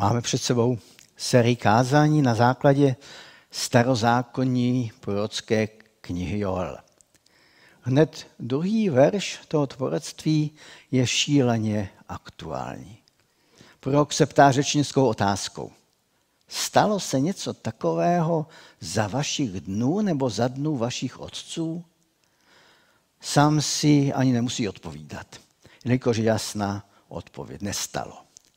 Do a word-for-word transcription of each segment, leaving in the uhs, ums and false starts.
Máme před sebou sérii kázání na základě starozákonní prorocké knihy Joel. Hned druhý verš toho tvorectví je šíleně aktuální. Prorok se ptá řečnickou otázkou. Stalo se něco takového za vašich dnů nebo za dnů vašich otců? Sám si ani nemusí odpovídat, jelikož jasná odpověď nestalo.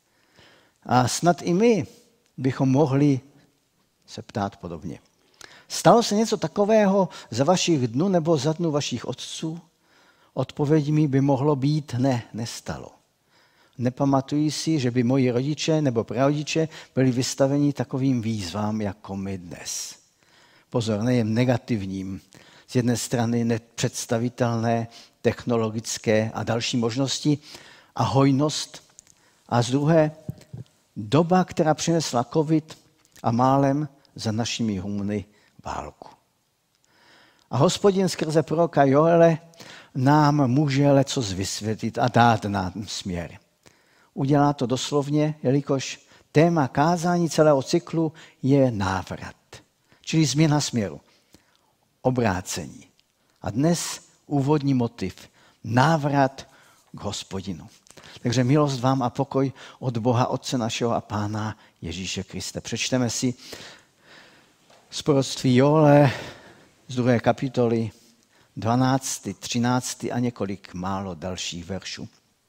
A snad i my bychom mohli se ptát podobně. Stalo se něco takového za vašich dnů nebo za dnů vašich otců? Odpověď mi by mohlo být ne, nestalo. Nepamatuji si, že by moji rodiče nebo prarodiče byli vystaveni takovým výzvám jako my dnes. Pozor, nejen negativním. Z jedné strany nepředstavitelné technologické a další možnosti a hojnost. A z druhé doba, která přinesla covid a málem za našimi humny válku. A Hospodin skrze proroka Joele nám může lecos vysvětlit a dát nám směr. Udělá to doslovně, jelikož téma kázání celého cyklu je návrat, čili změna směru, obrácení. A dnes úvodní motiv, návrat k Hospodinu. Takže milost vám a pokoj od Boha Otce našeho a Pána Ježíše Krista. Přečteme si z proroctví Joele z druhé kapitoly dvanáctý, třináctý a několik málo dalších veršů.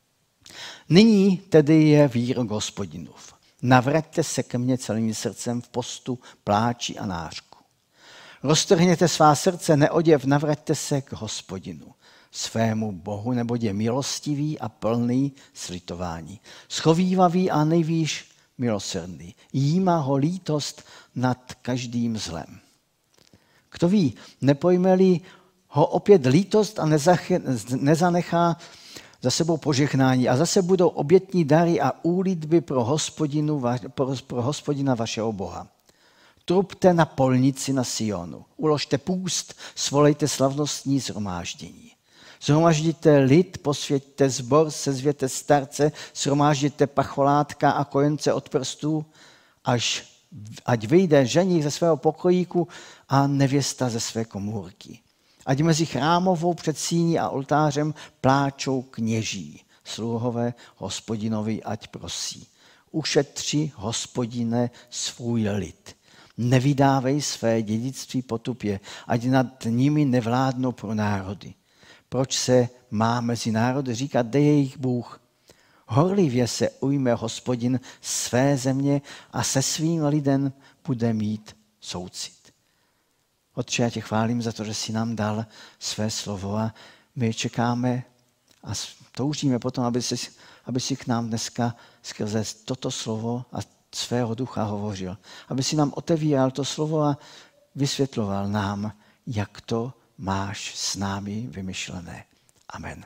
Nyní tedy je výrok Hospodinův. Navraťte se ke mně celým srdcem v postu, pláči a nářku. Roztrhněte svá srdce, neoděv, navraťte se k Hospodinu, svému Bohu, neboť je milostivý a plný slitování. Schovívavý a nejvýš milosrdný. Jímá ho lítost nad každým zlem. Kdo ví, nepojme-li ho opět lítost a nezanechá za sebou požehnání a zase budou obětní dary a úlitby pro, hospodinu, pro, pro Hospodina vašeho Boha. Trubte na polnici na Sionu, uložte půst, svolejte slavnostní shromáždění. Shromážděte lid, posvěťte sbor, sezvěte starce, shromážděte pacholátka a kojence od prstů, až, ať vyjde ženich ze svého pokojíku a nevěsta ze své komůrky. Ať mezi chrámovou předsíní a oltářem pláčou kněží, sluhové Hospodinovi, ať prosí. Ušetři, Hospodine, svůj lid. Nevydávej své dědictví potupě, ať nad nimi nevládnou pro národy. Proč se má mezi národy říkat, kde je jejich Bůh? Horlivě se ujme Hospodin své země a se svým lidem bude mít soucit. Otče, já tě chválím za to, že jsi nám dal své slovo a my čekáme a toužíme potom, aby jsi, aby jsi k nám dneska skrze toto slovo a svého ducha hovořil. Aby si nám otevíral to slovo a vysvětloval nám, jak to máš s námi vymyšlené. Amen.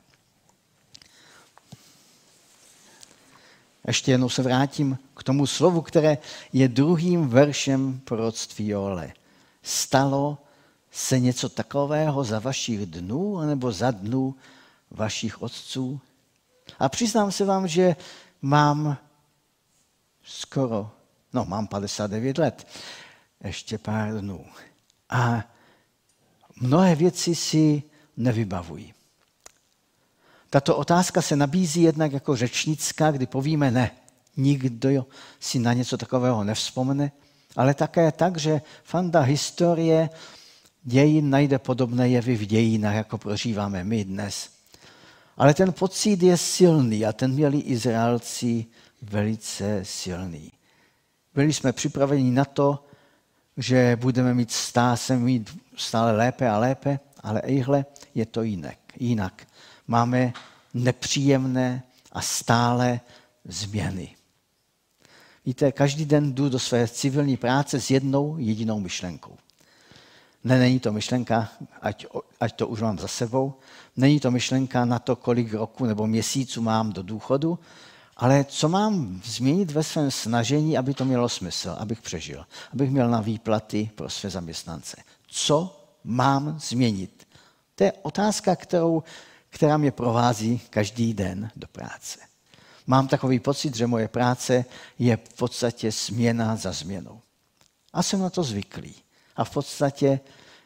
Ještě jednou se vrátím k tomu slovu, které je druhým veršem proroctví Joele. Stalo se něco takového za vašich dnů nebo za dnů vašich otců? A přiznám se vám, že mám skoro, no mám padesát devět let, ještě pár dnů. A mnohé věci si nevybavuji. Tato otázka se nabízí jednak jako řečnická, kdy povíme ne. Nikdo si na něco takového nevzpomene, ale také tak, že fanda historie dějin najde podobné jevy v dějinách, jako prožíváme my dnes. Ale ten pocit je silný a ten měli Izraelci velice silný. Byli jsme připraveni na to, že budeme mít stále, mít stále lépe a lépe, ale ejhle je to jinak. jinak. Máme nepříjemné a stále změny. Víte, každý den jdu do své civilní práce s jednou jedinou myšlenkou. Ne, není to myšlenka, ať, ať to už mám za sebou, není to myšlenka na to, kolik roku nebo měsíců mám do důchodu, ale co mám změnit ve svém snažení, aby to mělo smysl, abych přežil, abych měl na výplaty pro své zaměstnance. Co mám změnit? To je otázka, kterou, která mě provází každý den do práce. Mám takový pocit, že moje práce je v podstatě změna za změnou. A jsem na to zvyklý. A v podstatě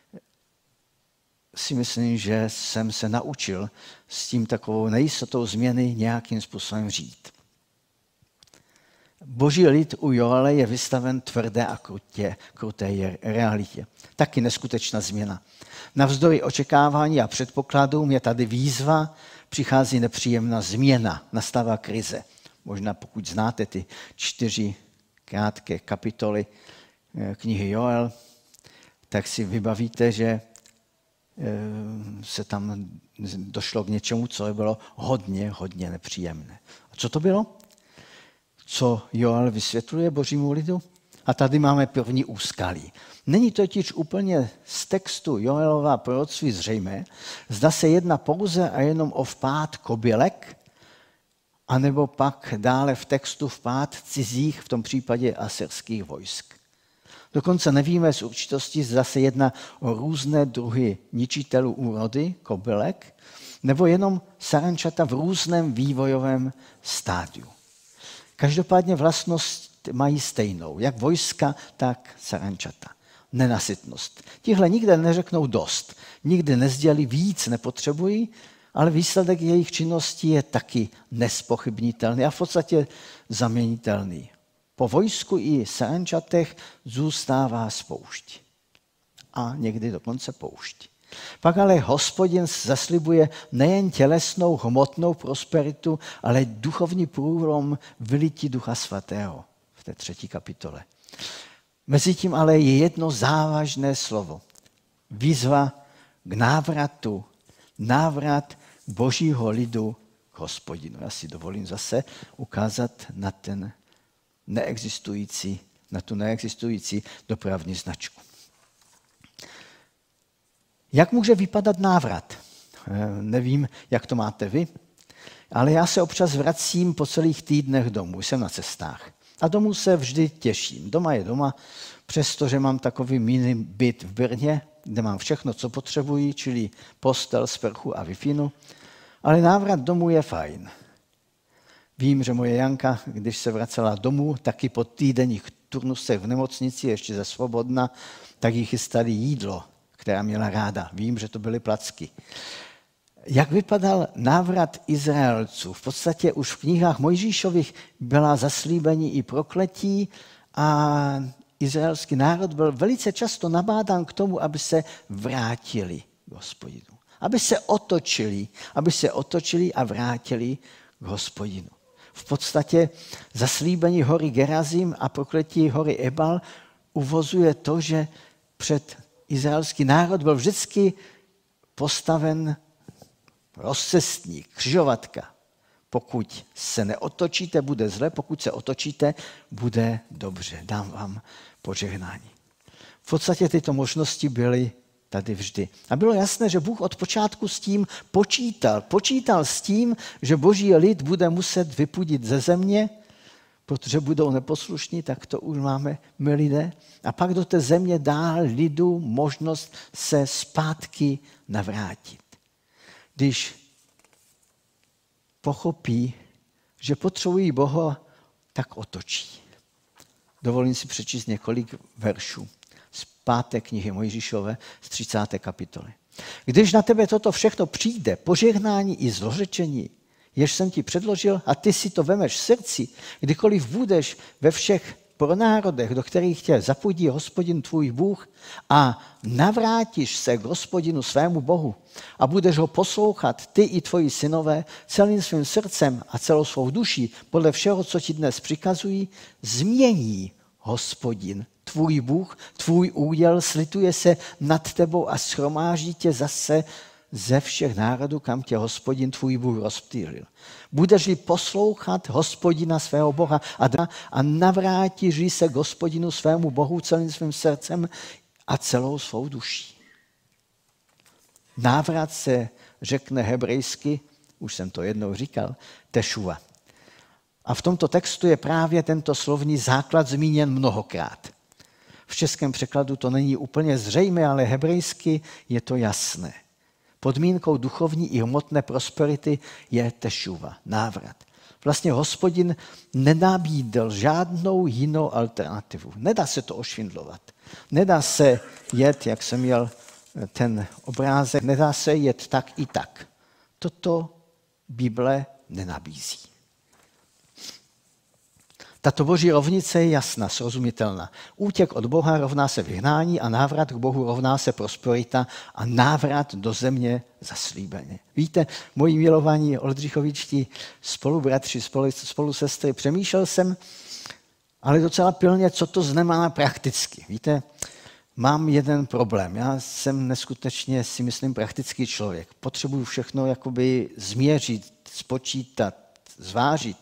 si myslím, že jsem se naučil s tím takovou nejistotou změny nějakým způsobem žít. Boží lid u Joele je vystaven tvrdé a krutě, kruté realitě. Taky neskutečná změna. Navzdory očekávání a předpokladům je tady výzva, přichází nepříjemná změna, nastává krize. Možná pokud znáte ty čtyři krátké kapitoly knihy Joel, tak si vybavíte, že se tam došlo k něčemu, co bylo hodně, hodně nepříjemné. A co to bylo? Co Joel vysvětluje Božímu lidu? A tady máme první úskalí. Není totiž úplně z textu Joelova proroctví zřejmé, zda se jedná pouze a jenom o vpád kobylek, anebo pak dále v textu vpád cizích, v tom případě asyrských vojsk. Dokonce nevíme s určitostí, zda se jedná o různé druhy ničitelů úrody, kobylek, nebo jenom sarančata v různém vývojovém stádiu. Každopádně vlastnost mají stejnou, jak vojska, tak sarančata. Nenasytnost. Tihle nikde neřeknou dost, nikdy nezdělí víc, nepotřebují, ale výsledek jejich činnosti je taky nespochybnitelný a v podstatě zaměnitelný. Po vojsku i sarančatech zůstává spoušť. A někdy dokonce poušť. Pak ale Hospodin zaslibuje nejen tělesnou, hmotnou prosperitu, ale duchovní průlom vylití Ducha Svatého v té třetí kapitole. Mezitím ale je jedno závažné slovo. Výzva k návratu. Návrat Božího lidu k Hospodinu. Já si dovolím zase ukázat na ten neexistující, na tu neexistující dopravní značku. Jak může vypadat návrat? Nevím, jak to máte vy, ale já se občas vracím po celých týdnech domů, jsem na cestách. A domů se vždy těším. Doma je doma, přestože mám takový mini byt v Brně, kde mám všechno, co potřebuji, čili postel, sprchu a Wi-Fi, ale návrat domů je fajn. Vím, že moje Janka, když se vracela domů, taky po týdenních turnusech v nemocnici, ještě ze Svobodna, tak jí chystali jídlo, která měla ráda. Vím, že to byly placky. Jak vypadal návrat Izraelců? V podstatě už v knihách Mojžíšových byla zaslíbení i prokletí a izraelský národ byl velice často nabádán k tomu, aby se vrátili k Hospodinu. Aby se otočili, aby se otočili a vrátili k Hospodinu. V podstatě zaslíbení hory Gerazim a prokletí hory Ebal uvozuje to, že před izraelský národ byl vždycky postaven rozcestník, křižovatka. Pokud se neotočíte, bude zle, pokud se otočíte, bude dobře. Dám vám požehnání. V podstatě tyto možnosti byly tady vždy. A bylo jasné, že Bůh od počátku s tím počítal. Počítal s tím, že Boží lid bude muset vypudit ze země, protože budou neposlušní, tak to už máme my lidé. A pak do té země dá lidu možnost se zpátky navrátit. Když pochopí, že potřebují Boha, tak otočí. Dovolím si přečíst několik veršů z páté knihy Mojžíšové z třicáté kapitoly. Když na tebe toto všechno přijde, požehnání i zlořečení, jež jsem ti předložil a ty si to vemeš v srdci, kdykoliv budeš ve všech pronárodech, do kterých tě zapudí Hospodin tvůj Bůh a navrátíš se k Hospodinu svému Bohu a budeš ho poslouchat ty i tvoji synové celým svým srdcem a celou svou duší podle všeho, co ti dnes přikazují, změní Hospodin tvůj Bůh, tvůj úděl, slituje se nad tebou a shromáždí tě zase ze všech národů, kam tě Hospodin tvůj Bůh rozptýlil. Budeš-li poslouchat Hospodina svého Boha a, a navrátíš se k Hospodinu svému Bohu celým svým srdcem a celou svou duší. Návrat se řekne hebrejsky, už jsem to jednou říkal, tešuva. A v tomto textu je právě tento slovní základ zmíněn mnohokrát. V českém překladu to není úplně zřejmé, ale hebrejsky je to jasné. Podmínkou duchovní i hmotné prosperity je tešuva, návrat. Vlastně Hospodin nenabídl žádnou jinou alternativu. Nedá se to ošvindlovat. Nedá se jet, jak jsem měl ten obrázek, nedá se jet tak i tak. Toto Bible nenabízí. Tato boží rovnice je jasná, srozumitelná. Útěk od Boha rovná se vyhnání a návrat k Bohu rovná se prosperita a návrat do země zaslíbené. Víte, moji milovaní oldřichovičtí spolubratři, spolu, spolusestry, přemýšlel jsem, ale docela pilně, co to znamená prakticky. Víte, mám jeden problém. Já jsem neskutečně, si myslím, praktický člověk. Potřebuju všechno jakoby změřit, spočítat, zvážit.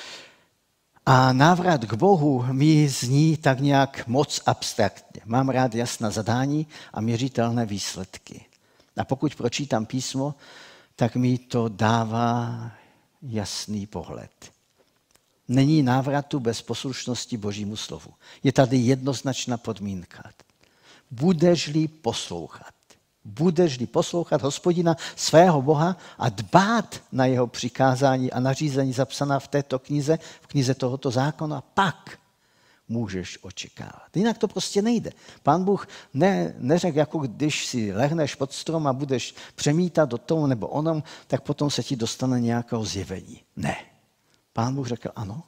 A návrat k Bohu mi zní tak nějak moc abstraktně. Mám rád jasná zadání a měřitelné výsledky. A pokud pročítám písmo, tak mi to dává jasný pohled. Není návratu bez poslušnosti Božímu slovu. Je tady jednoznačná podmínka. Budeš-li poslouchat. Budeš-li poslouchat Hospodina svého Boha a dbát na jeho přikázání a nařízení zapsaná v této knize, v knize tohoto zákona, pak můžeš očekávat. Jinak to prostě nejde. Pán Bůh ne, neřekl, jako když si lehneš pod strom a budeš přemítat o tom nebo onom, tak potom se ti dostane nějakého zjevení. Ne. Pán Bůh řekl, ano,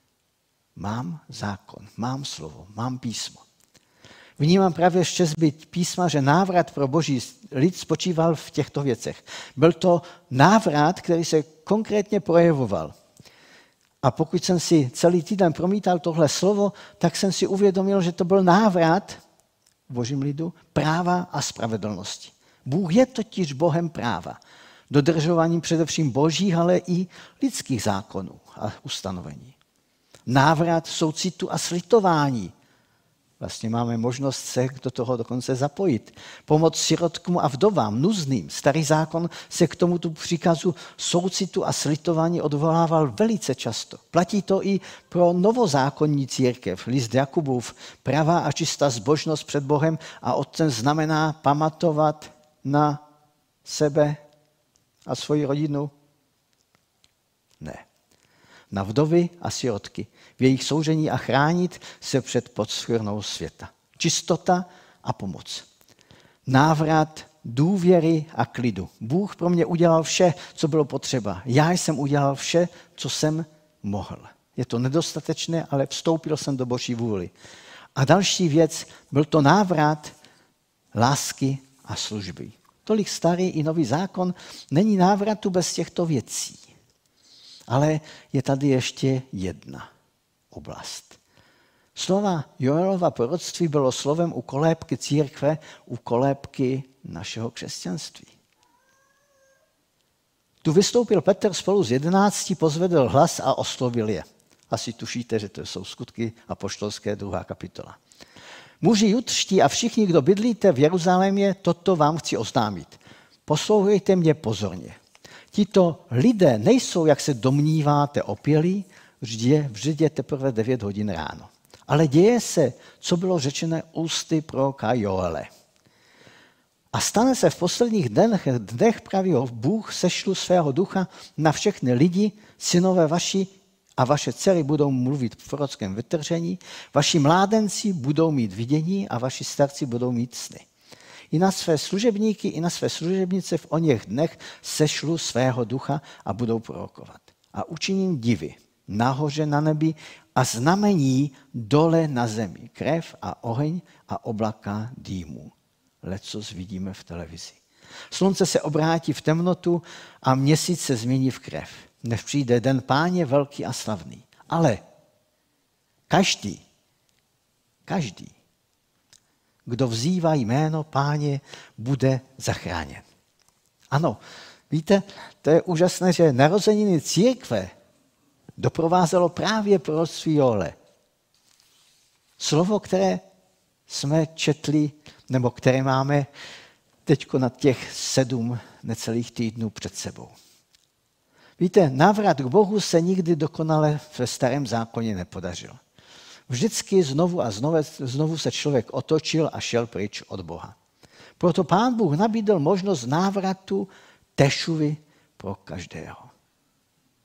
mám zákon, mám slovo, mám písmo. Vnímám právě štěstí písma, že návrat pro boží lid spočíval v těchto věcech. Byl to návrat, který se konkrétně projevoval. A pokud jsem si celý týden promítal tohle slovo, tak jsem si uvědomil, že to byl návrat v božím lidu práva a spravedlnosti. Bůh je totiž Bohem práva. Dodržováním především božích, ale i lidských zákonů a ustanovení. Návrat soucitu a slitování. Vlastně máme možnost se do toho dokonce zapojit. Pomoc sirotkům a vdovám, nuzným. Starý zákon se k tomuto příkazu soucitu a slitování odvolával velice často. Platí to i pro novozákonní církev. List Jakubův, pravá a čistá zbožnost před Bohem a otcem znamená pamatovat na sebe a svoji rodinu? Ne. Na vdovy a sirotky, v jejich soužení a chránit se před podschvrnou světa. Čistota a pomoc. Návrat důvěry a klidu. Bůh pro mě udělal vše, co bylo potřeba. Já jsem udělal vše, co jsem mohl. Je to nedostatečné, ale vstoupil jsem do boží vůli. A další věc, byl to návrat lásky a služby. Tolik starý i nový zákon není návratu bez těchto věcí. Ale je tady ještě jedna oblast. Slova Joelova proroctví bylo slovem u kolébky církve, u kolébky našeho křesťanství. Tu vystoupil Petr spolu s jedenácti, pozvedl hlas a oslovil je. Asi tušíte, že to jsou Skutky apoštolské, druhá kapitola. Muži jutští a všichni, kdo bydlíte v Jeruzalémě, toto vám chci oznámit. Poslouchejte mě pozorně. Tito lidé nejsou, jak se domníváte, opělí, vždy je teprve devět hodin ráno. Ale děje se, co bylo řečené ústy proroka Joele. A stane se v posledních dnech, dnech pravý Bůh sešlu svého ducha na všechny lidi, synové vaši a vaše dcery budou mluvit v prorockém vytržení, vaši mládenci budou mít vidění a vaši starci budou mít sny. I na své služebníky, i na své služebnice v oněch dnech sešlu svého ducha a budou prorokovat. A učiním divy nahoře na nebi a znamení dole na zemi. Krev a oheň a oblaka dýmu. Lecos vidíme v televizi. Slunce se obrátí v temnotu a měsíc se změní v krev. Než přijde den Páně velký a slavný. Ale každý, každý, kdo vzývá jméno Páně, bude zachráněn. Ano, víte, to je úžasné, že narozeniny církve doprovázelo právě proroctví Joele. Slovo, které jsme četli, nebo které máme teďko na těch sedm necelých týdnů před sebou. Víte, návrat k Bohu se nikdy dokonale ve starém zákoně nepodařil. Vždycky znovu a znovu, znovu se člověk otočil a šel pryč od Boha. Proto Pán Bůh nabídl možnost návratu tešuvy pro každého.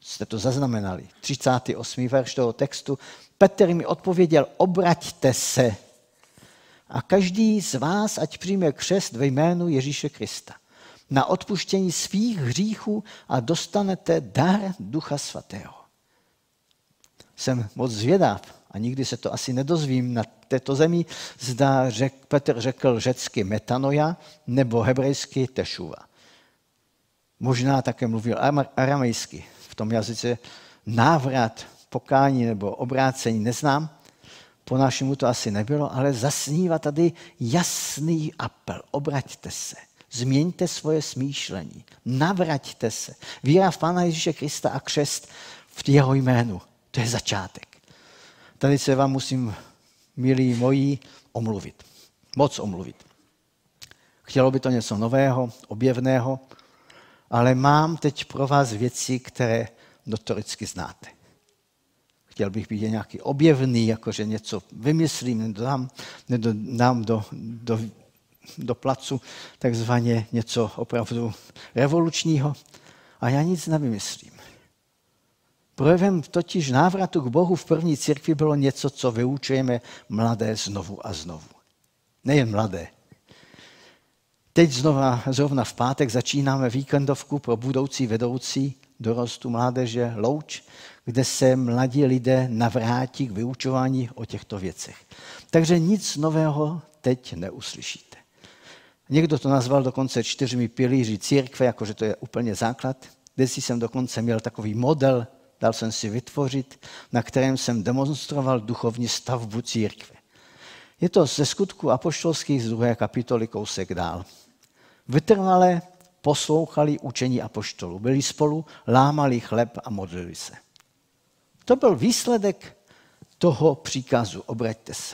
jste to zaznamenali, třicátý osmý verš toho textu, Petr mi odpověděl, obraťte se a každý z vás, ať přijme křest ve jménu Ježíše Krista na odpuštění svých hříchů a dostanete dar Ducha Svatého. Jsem moc zvědav a nikdy se to asi nedozvím na této zemi, zda řek, Petr řekl řecky metanoja nebo hebrejsky tešuva. Možná také mluvil aramejsky. V tom jazyce návrat, pokání nebo obrácení neznám. Po našemu to asi nebylo, ale zasnívá tady jasný apel. Obraťte se, změňte svoje smýšlení, navraťte se. Víra v Pána Ježíše Krista a křest v jeho jménu. To je začátek. Tady se vám musím, milí moji, omluvit. Moc omluvit. Chtělo by to něco nového, objevného, ale mám teď pro vás věci, které notoricky znáte. Chtěl bych být nějaký objevný, jakože něco vymyslím, nedodám, nedodám do, do, do placu, takzvaně něco opravdu revolučního. A já nic nevymyslím. Projevem totiž návratu k Bohu v první církvi bylo něco, co vyučujeme mladé znovu a znovu. Nejen mladé. Teď znova, zrovna v pátek začínáme víkendovku pro budoucí vedoucí dorostu mládeže Louč, kde se mladí lidé navrátí k vyučování o těchto věcech. Takže nic nového teď neuslyšíte. Někdo to nazval dokonce čtyřmi pilíři církve, jakože to je úplně základ. Dnes jsem dokonce měl takový model, dal jsem si vytvořit, na kterém jsem demonstroval duchovní stavbu církve. Je to ze Skutků apoštolských z druhé kapitoly kousek dál. Vytrvale poslouchali učení apoštolů, byli spolu, lámali chleb a modlili se. To byl výsledek toho příkazu, obraťte se.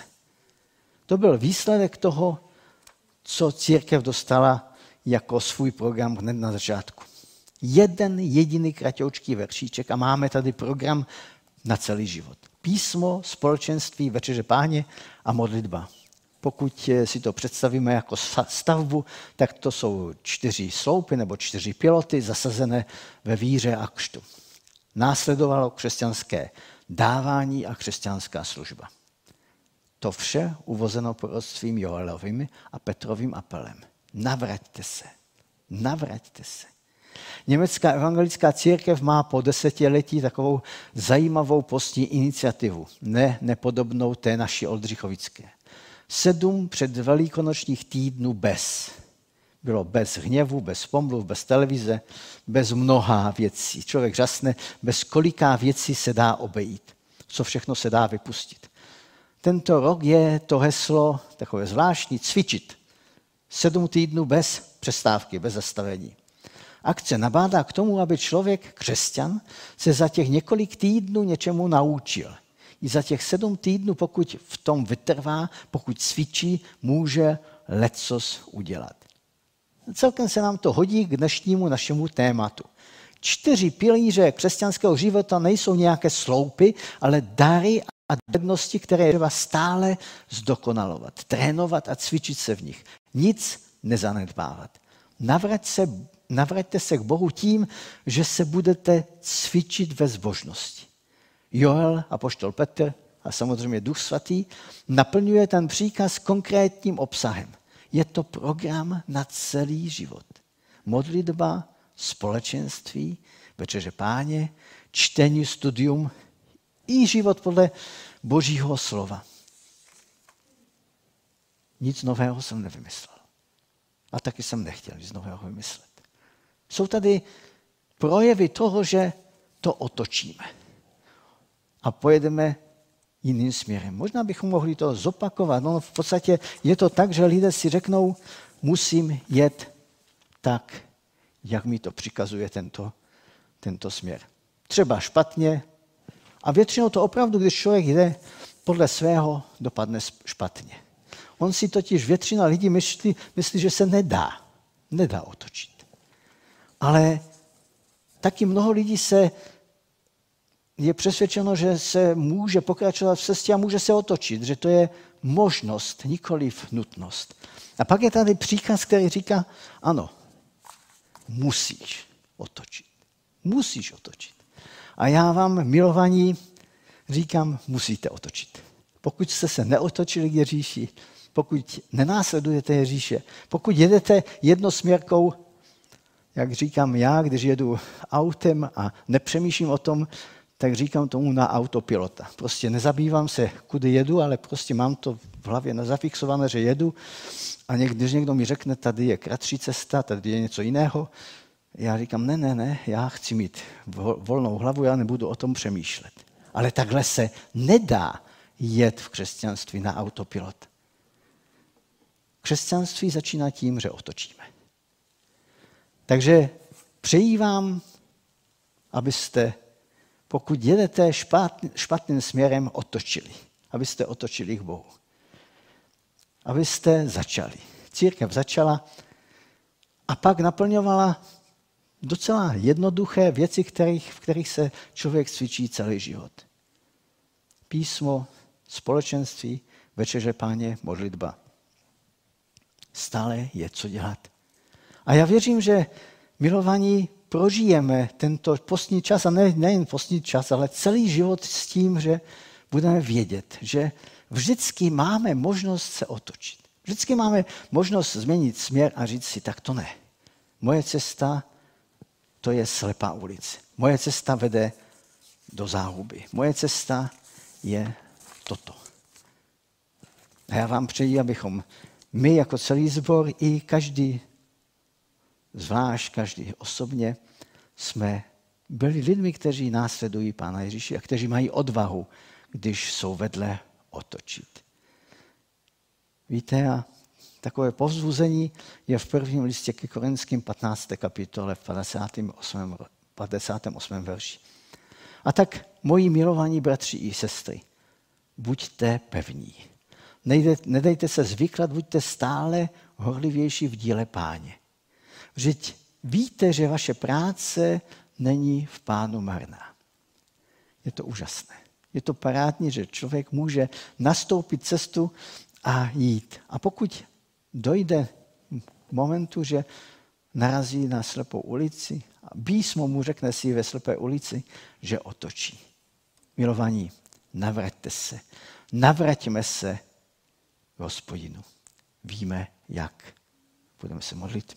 To byl výsledek toho, co církev dostala jako svůj program hned na začátku. Jeden jediný kratoučký veršíček a máme tady program na celý život. Písmo, společenství, večeře Páně a modlitba. Pokud si to představíme jako stavbu, tak to jsou čtyři sloupy nebo čtyři piloty zasazené ve víře a křtu. Následovalo křesťanské dávání a křesťanská služba. To vše uvozeno proroctvím Joelovým a Petrovým apelem. Navraťte se, navraťte se. Německá evangelická církev má po desetiletí takovou zajímavou postní iniciativu, ne nepodobnou té naší oldřichovické. Sedm předvelikonočních týdnů bez. Bylo bez hněvu, bez pomluv, bez televize, bez mnoha věcí. Člověk žasne, bez koliká věcí se dá obejít. Co všechno se dá vypustit. Tento rok je to heslo takové zvláštní, cvičit. Sedm týdnů bez přestávky, bez zastavení. Akce nabádá k tomu, aby člověk, křesťan, se za těch několik týdnů něčemu naučil. I za těch sedm týdnů, pokud v tom vytrvá, pokud cvičí, může lecos udělat. Celkem se nám to hodí k dnešnímu našemu tématu. Čtyři pilíře křesťanského života nejsou nějaké sloupy, ale dary a dovednosti, které je třeba stále zdokonalovat, trénovat a cvičit se v nich. Nic nezanedbávat. Navrať se, navraťte se k Bohu tím, že se budete cvičit ve zbožnosti. Joel, apoštol Petr a samozřejmě Duch Svatý naplňuje ten příkaz konkrétním obsahem. Je to program na celý život. Modlitba, společenství, večeře Páně, čtení, studium i život podle Božího slova. Nic nového jsem nevymyslel. A taky jsem nechtěl nic nového vymyslet. Jsou tady projevy toho, že to otočíme. A pojedeme jiným směrem. Možná bychom mohli to zopakovat. No, v podstatě je to tak, že lidé si řeknou, musím jet tak, jak mi to přikazuje tento, tento směr. Třeba špatně. A většinou to opravdu, když člověk jde podle svého, dopadne špatně. On si totiž většina lidí myslí, myslí, že se nedá. Nedá otočit. Ale taky mnoho lidí se je přesvědčeno, že se může pokračovat v cestě a může se otočit, že to je možnost, nikoliv nutnost. A pak je tady příkaz, který říká, ano, musíš otočit. Musíš otočit. A já vám, milovaní, říkám, musíte otočit. Pokud jste se neotočili k Ježíši, pokud nenásledujete Ježíše, pokud jedete jednosměrkou, jak říkám já, když jedu autem a nepřemýšlím o tom, tak říkám tomu na autopilota. Prostě nezabývám se, kudy jedu, ale prostě mám to v hlavě zafixované, že jedu a když někdo mi řekne, tady je kratší cesta, tady je něco jiného, já říkám, ne, ne, ne, já chci mít volnou hlavu, já nebudu o tom přemýšlet. Ale takhle se nedá jet v křesťanství na autopilot. Křesťanství začíná tím, že otočíme. Takže přeji vám, abyste, pokud jedete špatný, špatným směrem, otočili. Abyste otočili k Bohu. Abyste začali. Církev začala a pak naplňovala docela jednoduché věci, kterých, v kterých se člověk cvičí celý život. Písmo, společenství, večeře Páně, modlitba. Stále je co dělat. A já věřím, že milovaní prožijeme tento postní čas, a ne, nejen postní čas, ale celý život s tím, že budeme vědět, že vždycky máme možnost se otočit. Vždycky máme možnost změnit směr a říct si, tak to ne. Moje cesta, to je slepá ulice. Moje cesta vede do záhuby. Moje cesta je toto. A já vám přeji, abychom my jako celý sbor i každý zvlášť, každý osobně jsme byli lidmi, kteří následují Pána Ježíše a kteří mají odvahu, když jsou vedle, otočit. Víte, a takové povzbuzení je v prvním listě ke Korinským patnácté kapitole v padesátém osmém verši. A tak, moji milovaní bratři i sestry, buďte pevní. Nejde, nedejte se zvyklat, buďte stále horlivější v díle Páně. Vždyť víte, že vaše práce není v Pánu marná. Je to úžasné. Je to parádní, že člověk může nastoupit cestu a jít. A pokud dojde k momentu, že narazí na slepou ulici, a písmo mu řekne si ve slepé ulici, že otočí. Milovaní, navraťte se. Navraťme se k Hospodinu. Víme, jak. Budeme se modlit.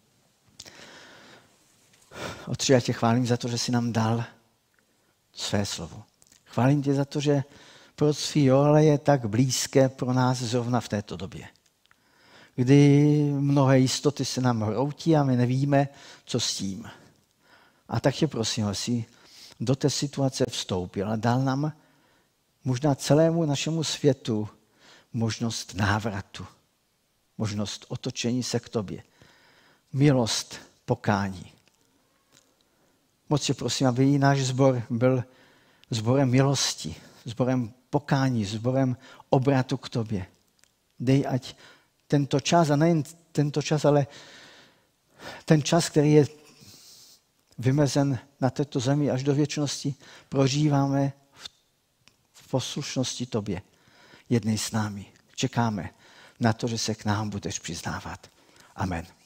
Otče, já tě chválím za to, že jsi nám dal své slovo. Chválím tě za to, že proroctví Joela je tak blízké pro nás zrovna v této době. Kdy mnohé jistoty se nám hroutí a my nevíme, co s tím. A tak tě prosím, aby do té situace vstoupil a dal nám možná celému našemu světu možnost návratu, možnost otočení se k tobě, milost, pokání. Moc tě prosím, aby i náš sbor byl sborem milosti, sborem pokání, sborem obratu k tobě. Dej, ať tento čas, a nejen tento čas, ale ten čas, který je vymezen na této zemi až do věčnosti, prožíváme v poslušnosti tobě. Jednej s námi. Čekáme na to, že se k nám budeš přiznávat. Amen.